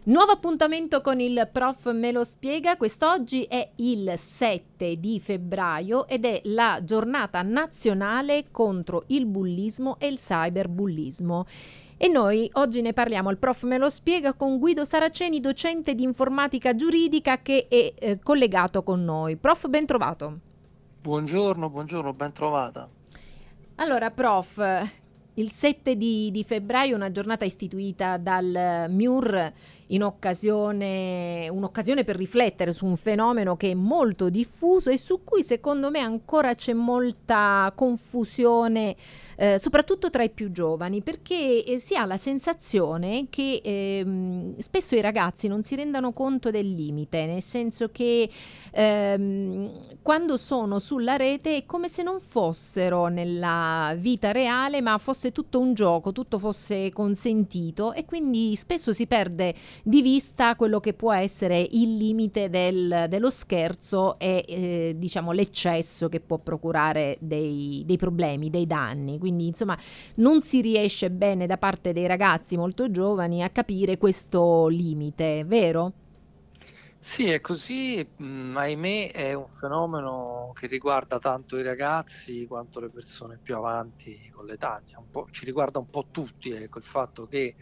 Nuovo appuntamento con il Prof me lo spiega. Quest'oggi è il 7 di febbraio ed è la giornata nazionale contro il bullismo e il cyberbullismo. E noi oggi ne parliamo, il Prof me lo spiega, con Guido Saraceni, docente di informatica giuridica che è collegato con noi. Prof, ben trovato. Buongiorno, ben trovata. Allora, prof, il 7 di febbraio è una giornata istituita dal MIUR in un'occasione per riflettere su un fenomeno che è molto diffuso e su cui secondo me ancora c'è molta confusione, soprattutto tra i più giovani, perché si ha la sensazione che spesso i ragazzi non si rendano conto del limite, nel senso che quando sono sulla rete è come se non fossero nella vita reale, ma fosse tutto un gioco, tutto fosse consentito e quindi spesso si perde di vista quello che può essere il limite dello scherzo e diciamo l'eccesso che può procurare dei problemi, dei danni. Quindi insomma non si riesce bene da parte dei ragazzi molto giovani a capire questo limite, vero? Sì, è così, ahimè è un fenomeno che riguarda tanto i ragazzi quanto le persone più avanti con l'età, cioè ci riguarda un po' tutti, ecco, il fatto che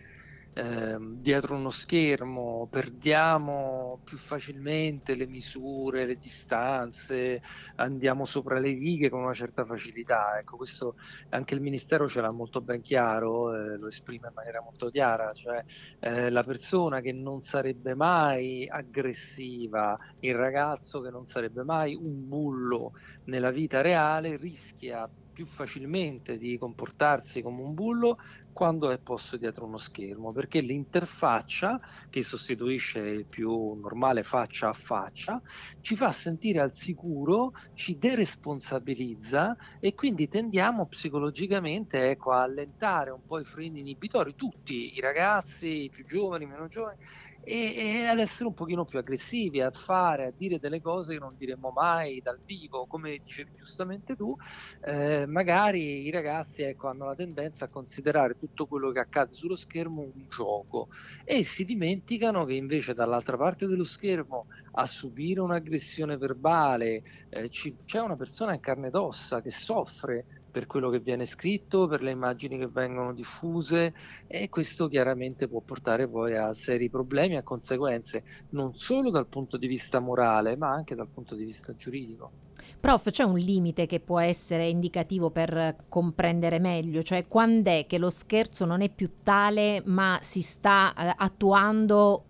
dietro uno schermo perdiamo più facilmente le misure, le distanze, andiamo sopra le righe con una certa facilità, ecco, questo anche il Ministero ce l'ha molto ben chiaro, lo esprime in maniera molto chiara, cioè la persona che non sarebbe mai aggressiva, il ragazzo che non sarebbe mai un bullo nella vita reale, rischia più facilmente di comportarsi come un bullo quando è posto dietro uno schermo, perché l'interfaccia, che sostituisce il più normale faccia a faccia, ci fa sentire al sicuro, ci deresponsabilizza e quindi tendiamo psicologicamente, ecco, a allentare un po' i freni inibitori, tutti, i ragazzi, i più giovani, i meno giovani, e ad essere un pochino più aggressivi, a fare, a dire delle cose che non diremmo mai dal vivo, come dicevi giustamente tu. Magari i ragazzi, ecco, hanno la tendenza a considerare tutto quello che accade sullo schermo un gioco e si dimenticano che invece dall'altra parte dello schermo a subire un'aggressione verbale c'è una persona in carne ed ossa che soffre per quello che viene scritto, per le immagini che vengono diffuse, e questo chiaramente può portare poi a seri problemi e a conseguenze non solo dal punto di vista morale, ma anche dal punto di vista giuridico. Prof, c'è un limite che può essere indicativo per comprendere meglio, cioè quando è che lo scherzo non è più tale, ma si sta attuando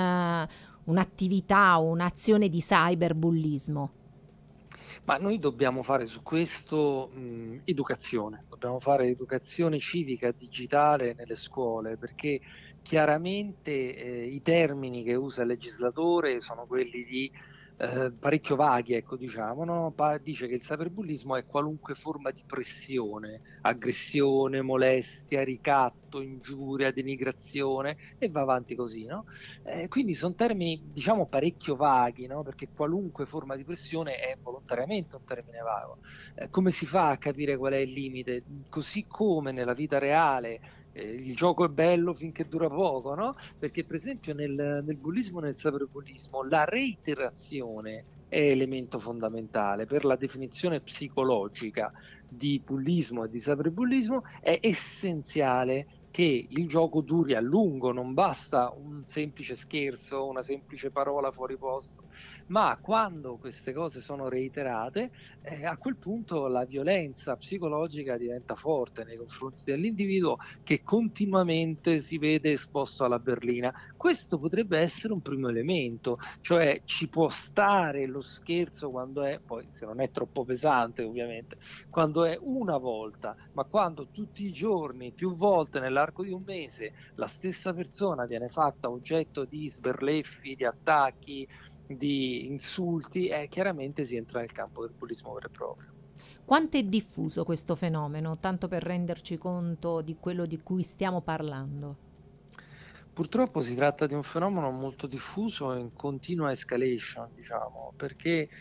un'attività, un'azione di cyberbullismo? Ma noi dobbiamo fare su questo educazione, dobbiamo fare educazione civica digitale nelle scuole, perché chiaramente i termini che usa il legislatore sono quelli di parecchio vaghi, ecco, diciamo, no? Dice che il cyberbullismo è qualunque forma di pressione, aggressione, molestia, ricatto, ingiuria, denigrazione e va avanti così, no? Quindi sono termini, diciamo, parecchio vaghi, no? Perché qualunque forma di pressione è volontariamente un termine vago. Come si fa a capire qual è il limite? Così come nella vita reale il gioco è bello finché dura poco, no? Perché per esempio nel bullismo e nel cyberbullismo la reiterazione è elemento fondamentale per la definizione psicologica di bullismo e di cyberbullismo, è essenziale che il gioco duri a lungo, non basta un semplice scherzo, una semplice parola fuori posto, ma quando queste cose sono reiterate, a quel punto la violenza psicologica diventa forte nei confronti dell'individuo che continuamente si vede esposto alla berlina. Questo potrebbe essere un primo elemento, cioè ci può stare lo scherzo quando è, poi se non è troppo pesante ovviamente, quando è una volta, ma quando tutti i giorni, più volte nell'arco di un mese, la stessa persona viene fatta oggetto di sberleffi, di attacchi, di insulti, chiaramente si entra nel campo del bullismo vero e proprio. Quanto è diffuso questo fenomeno, tanto per renderci conto di quello di cui stiamo parlando? Purtroppo si tratta di un fenomeno molto diffuso e in continua escalation, diciamo, perché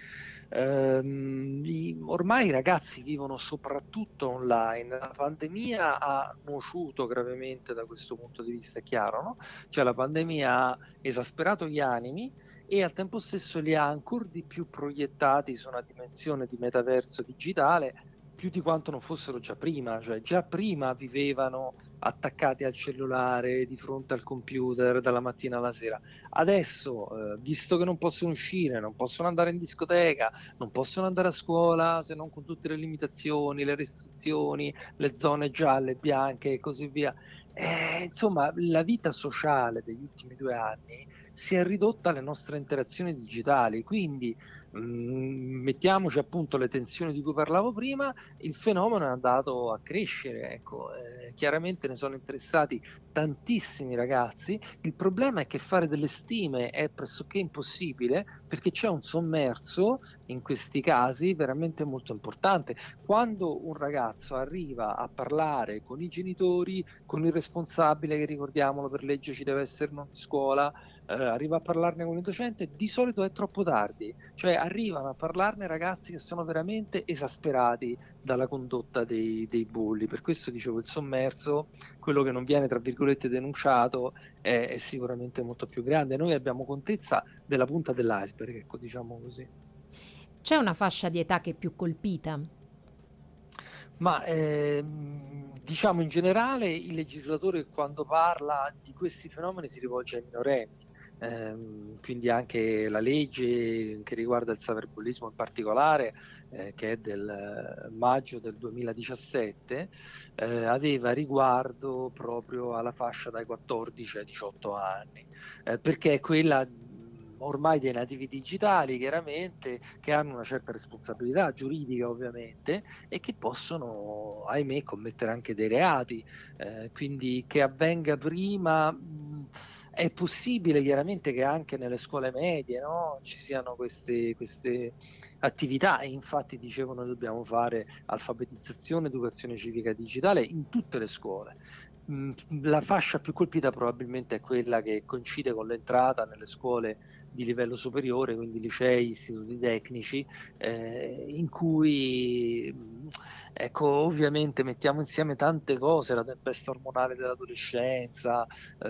Ormai i ragazzi vivono soprattutto online. La pandemia ha nuociuto gravemente da questo punto di vista, è chiaro, no? Cioè la pandemia ha esasperato gli animi e al tempo stesso li ha ancora di più proiettati su una dimensione di metaverso digitale più di quanto non fossero già prima, cioè già prima vivevano attaccati al cellulare, di fronte al computer dalla mattina alla sera. Adesso, visto che non possono uscire, non possono andare in discoteca, non possono andare a scuola se non con tutte le limitazioni, le restrizioni, le zone gialle, bianche e così via. Insomma, la vita sociale degli ultimi 2 anni si è ridotta alle nostre interazioni digitali, quindi mettiamoci appunto le tensioni di cui parlavo prima, il fenomeno è andato a crescere, ecco, chiaramente ne sono interessati tantissimi ragazzi. Il problema è che fare delle stime è pressoché impossibile perché c'è un sommerso in questi casi veramente molto importante. Quando un ragazzo arriva a parlare con i genitori, con il responsabile, che ricordiamolo per legge ci deve essere in ogni scuola, arriva a parlarne con il docente, di solito è troppo tardi, cioè arrivano a parlarne ragazzi che sono veramente esasperati dalla condotta dei bulli. Per questo dicevo, il sommerso, quello che non viene tra virgolette denunciato, è sicuramente molto più grande. Noi abbiamo contezza della punta dell'iceberg, ecco, diciamo così. C'è una fascia di età che è più colpita? Ma diciamo in generale il legislatore quando parla di questi fenomeni si rivolge ai minorenni. Quindi anche la legge che riguarda il cyberbullismo in particolare, che è del maggio del 2017, aveva riguardo proprio alla fascia dai 14 ai 18 anni, perché è quella ormai dei nativi digitali, chiaramente, che hanno una certa responsabilità giuridica ovviamente e che possono, ahimè, commettere anche dei reati. Quindi che avvenga prima, è possibile chiaramente che anche nelle scuole medie, no, ci siano queste attività, e infatti dicevano che dobbiamo fare alfabetizzazione, educazione civica digitale in tutte le scuole. La fascia più colpita probabilmente è quella che coincide con l'entrata nelle scuole di livello superiore, quindi licei, istituti tecnici, in cui ecco, ovviamente mettiamo insieme tante cose, la tempesta ormonale dell'adolescenza,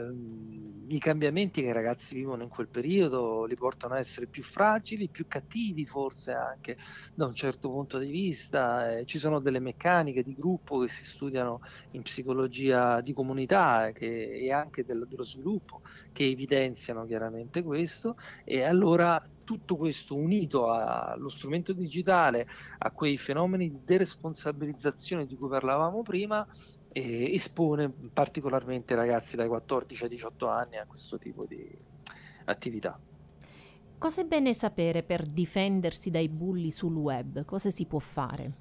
i cambiamenti che i ragazzi vivono in quel periodo li portano a essere più fragili, più cattivi forse anche da un certo punto di vista. Ci sono delle meccaniche di gruppo che si studiano in psicologia di comunità e anche del sviluppo, che evidenziano chiaramente questo, e allora tutto questo unito allo strumento digitale, a quei fenomeni di deresponsabilizzazione di cui parlavamo prima, espone particolarmente i ragazzi dai 14 ai 18 anni a questo tipo di attività. Cosa è bene sapere per difendersi dai bulli sul web? Cosa si può fare?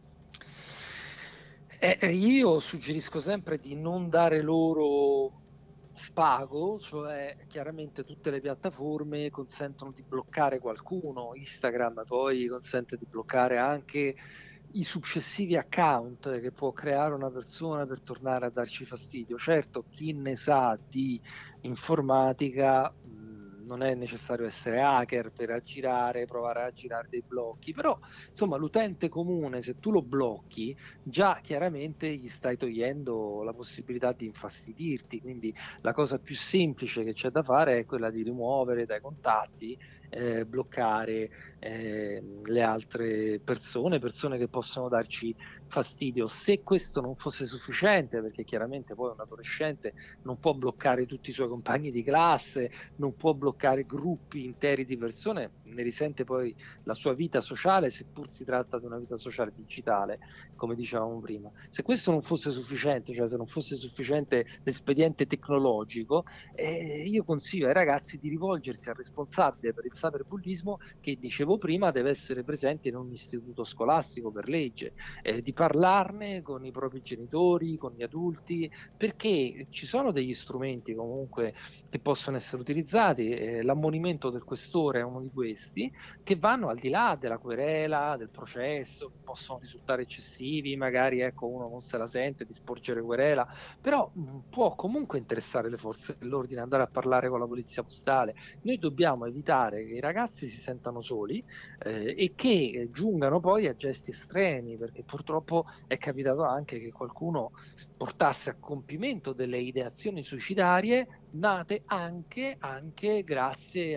Io suggerisco sempre di non dare loro spago, cioè chiaramente tutte le piattaforme consentono di bloccare qualcuno, Instagram poi consente di bloccare anche i successivi account che può creare una persona per tornare a darci fastidio. Certo, chi ne sa di informatica, non è necessario essere hacker per aggirare, provare a aggirare dei blocchi, però insomma l'utente comune, se tu lo blocchi, già chiaramente gli stai togliendo la possibilità di infastidirti, quindi la cosa più semplice che c'è da fare è quella di rimuovere dai contatti, bloccare le altre persone che possono darci fastidio. Se questo non fosse sufficiente, perché chiaramente poi un adolescente non può bloccare tutti i suoi compagni di classe, non può bloccare gruppi interi di persone, ne risente poi la sua vita sociale, seppur si tratta di una vita sociale digitale, come dicevamo prima. Se questo non fosse sufficiente, cioè se non fosse sufficiente l'espediente tecnologico, io consiglio ai ragazzi di rivolgersi al responsabile per il cyberbullismo, che dicevo prima deve essere presente in ogni istituto scolastico per legge, di parlarne con i propri genitori, con gli adulti, perché ci sono degli strumenti comunque che possono essere utilizzati, l'ammonimento del questore è uno di questi, che vanno al di là della querela, del processo, che possono risultare eccessivi, magari ecco uno non se la sente di sporgere querela, però può comunque interessare le forze dell'ordine andare a parlare con la polizia postale. Noi dobbiamo evitare che i ragazzi si sentano soli e che giungano poi a gesti estremi, perché purtroppo è capitato anche che qualcuno portasse a compimento delle ideazioni suicidarie nate anche grazie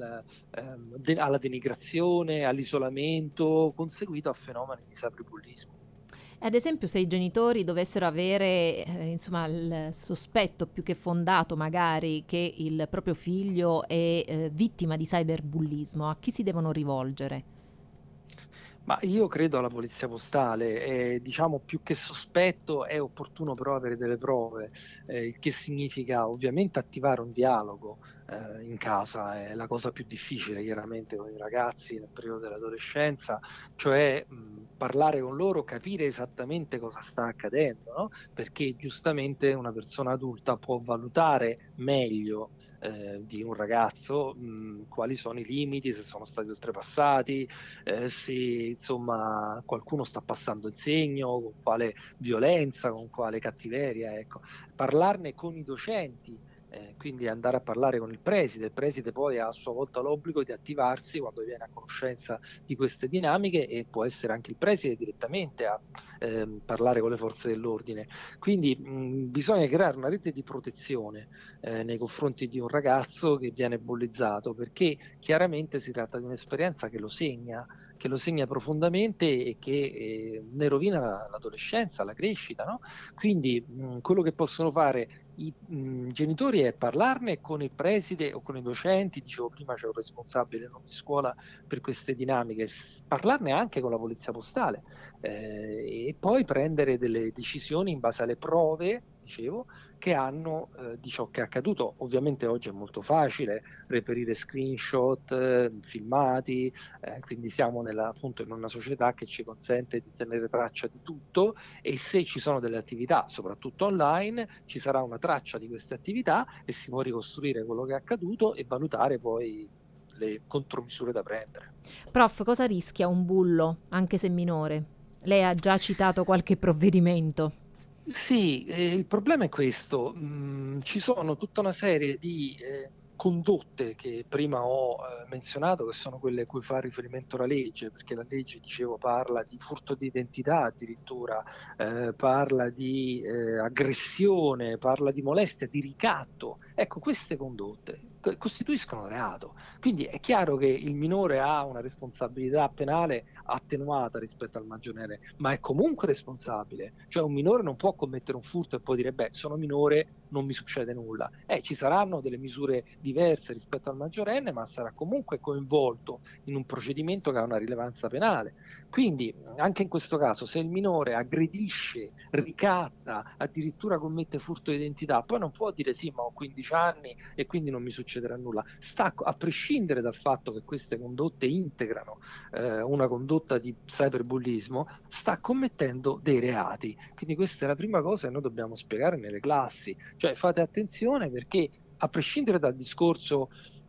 alla denigrazione, all'isolamento conseguito a fenomeni di cyberbullismo. Ad esempio, se i genitori dovessero avere, insomma, il sospetto più che fondato magari che il proprio figlio è vittima di cyberbullismo, a chi si devono rivolgere? Ma io credo alla polizia postale e diciamo più che sospetto è opportuno però avere delle prove, il che significa ovviamente attivare un dialogo in casa, è la cosa più difficile chiaramente con i ragazzi nel periodo dell'adolescenza, cioè parlare con loro, capire esattamente cosa sta accadendo, no? Perché giustamente una persona adulta può valutare meglio di un ragazzo quali sono i limiti, se sono stati oltrepassati, se insomma qualcuno sta passando il segno, con quale violenza, con quale cattiveria, ecco. Parlarne con i docenti, quindi andare a parlare con il preside poi ha a sua volta l'obbligo di attivarsi quando viene a conoscenza di queste dinamiche e può essere anche il preside direttamente a parlare con le forze dell'ordine. Quindi bisogna creare una rete di protezione nei confronti di un ragazzo che viene bullizzato, perché chiaramente si tratta di un'esperienza che lo segna profondamente e che ne rovina l'adolescenza, la crescita, no? Quindi quello che possono fare i genitori è parlarne con il preside o con i docenti, dicevo prima c'è un responsabile in ogni scuola per queste dinamiche, parlarne anche con la polizia postale e poi prendere delle decisioni in base alle prove, dicevo, che hanno di ciò che è accaduto. Ovviamente oggi è molto facile reperire screenshot, filmati, quindi siamo appunto in una società che ci consente di tenere traccia di tutto e se ci sono delle attività, soprattutto online, ci sarà una traccia di queste attività e si può ricostruire quello che è accaduto e valutare poi le contromisure da prendere. Prof, cosa rischia un bullo, anche se minore? Lei ha già citato qualche provvedimento. Sì, il problema è questo, ci sono tutta una serie di condotte che prima ho menzionato, che sono quelle a cui fa riferimento la legge, perché la legge, dicevo, parla di furto di identità addirittura, parla di aggressione, parla di molestia, di ricatto. Ecco, queste condotte costituiscono reato. Quindi è chiaro che il minore ha una responsabilità penale attenuata rispetto al maggiorenne, ma è comunque responsabile. Cioè un minore non può commettere un furto e poi dire beh, sono minore, non mi succede nulla. Ci saranno delle misure diverse rispetto al maggiorenne, ma sarà comunque coinvolto in un procedimento che ha una rilevanza penale. Quindi anche in questo caso, se il minore aggredisce, ricatta, addirittura commette furto di identità, poi non può dire sì, ma ho 15 anni e quindi non mi succederà nulla. A prescindere dal fatto che queste condotte integrano una condotta di cyberbullismo, sta commettendo dei reati. Quindi questa è la prima cosa che noi dobbiamo spiegare nelle classi. Cioè fate attenzione perché a prescindere dal discorso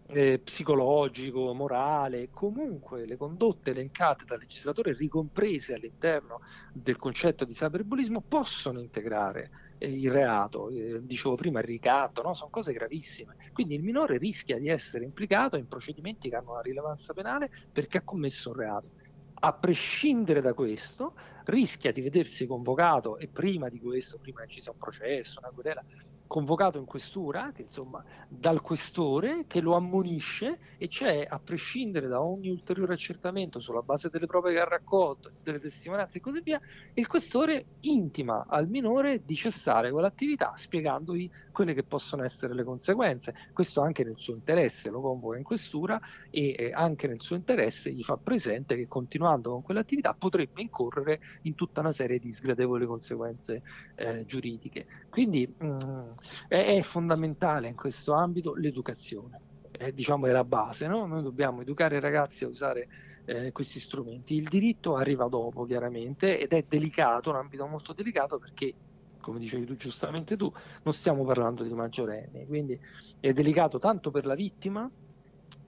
psicologico, morale, comunque le condotte elencate dal legislatore, ricomprese all'interno del concetto di cyberbullismo, possono integrare il reato, dicevo prima il ricatto, no? Sono cose gravissime. Quindi il minore rischia di essere implicato in procedimenti che hanno una rilevanza penale perché ha commesso un reato. A prescindere da questo, rischia di vedersi convocato e prima di questo, prima che ci sia un processo, una querela, convocato in questura, che insomma dal questore che lo ammonisce e cioè a prescindere da ogni ulteriore accertamento sulla base delle prove che ha raccolto, delle testimonianze e così via, il questore intima al minore di cessare quell'attività spiegandogli quelle che possono essere le conseguenze. Questo anche nel suo interesse, lo convoca in questura e anche nel suo interesse gli fa presente che continuando con quell'attività potrebbe incorrere in tutta una serie di sgradevoli conseguenze giuridiche. Quindi è fondamentale in questo ambito l'educazione. Diciamo è la base, no? Noi dobbiamo educare i ragazzi a usare questi strumenti. Il diritto arriva dopo, chiaramente, ed è delicato, un ambito molto delicato perché, come dicevi tu giustamente tu, non stiamo parlando di maggiorenni, quindi è delicato tanto per la vittima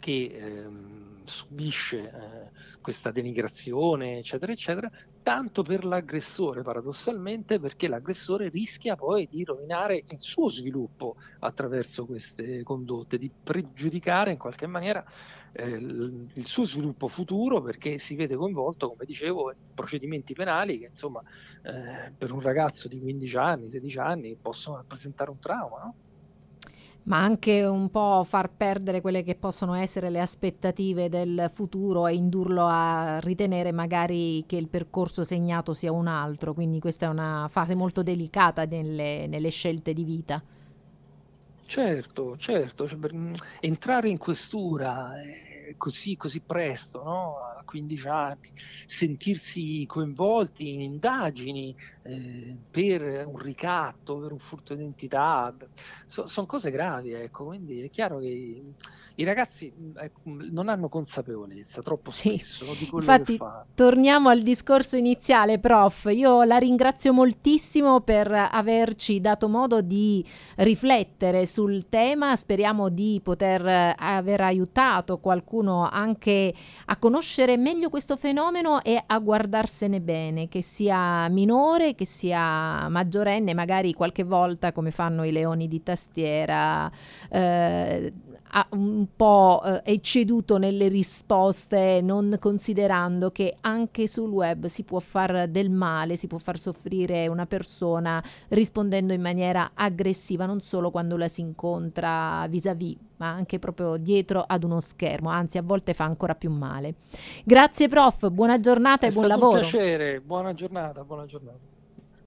che subisce questa denigrazione, eccetera, eccetera, tanto per l'aggressore, paradossalmente, perché l'aggressore rischia poi di rovinare il suo sviluppo attraverso queste condotte, di pregiudicare in qualche maniera il suo sviluppo futuro, perché si vede coinvolto, come dicevo, in procedimenti penali che insomma per un ragazzo di 15 anni, 16 anni possono rappresentare un trauma, no? Ma anche un po' far perdere quelle che possono essere le aspettative del futuro e indurlo a ritenere magari che il percorso segnato sia un altro, quindi questa è una fase molto delicata nelle scelte di vita. Certo, certo, entrare in questura così presto, no? A 15 anni, sentirsi coinvolti in indagini per un ricatto, per un furto d'identità, sono cose gravi, ecco, quindi è chiaro che i ragazzi ecco, non hanno consapevolezza troppo Sì, spesso, no, di quello che infatti fanno. torniamo al discorso iniziale, prof. Io la ringrazio moltissimo per averci dato modo di riflettere sul tema. Speriamo di poter aver aiutato qualcuno anche a conoscere meglio questo fenomeno e a guardarsene bene, che sia minore, che sia maggiorenne, magari qualche volta, come fanno i leoni di tastiera, ha un po' ecceduto nelle risposte, non considerando che anche sul web si può far del male, si può far soffrire una persona rispondendo in maniera aggressiva, non solo quando la si incontra vis-à-vis, ma anche proprio dietro ad uno schermo, anzi a volte fa ancora più male. Grazie prof, buona giornata È e buon stato un lavoro. piacere, buona giornata, buona giornata.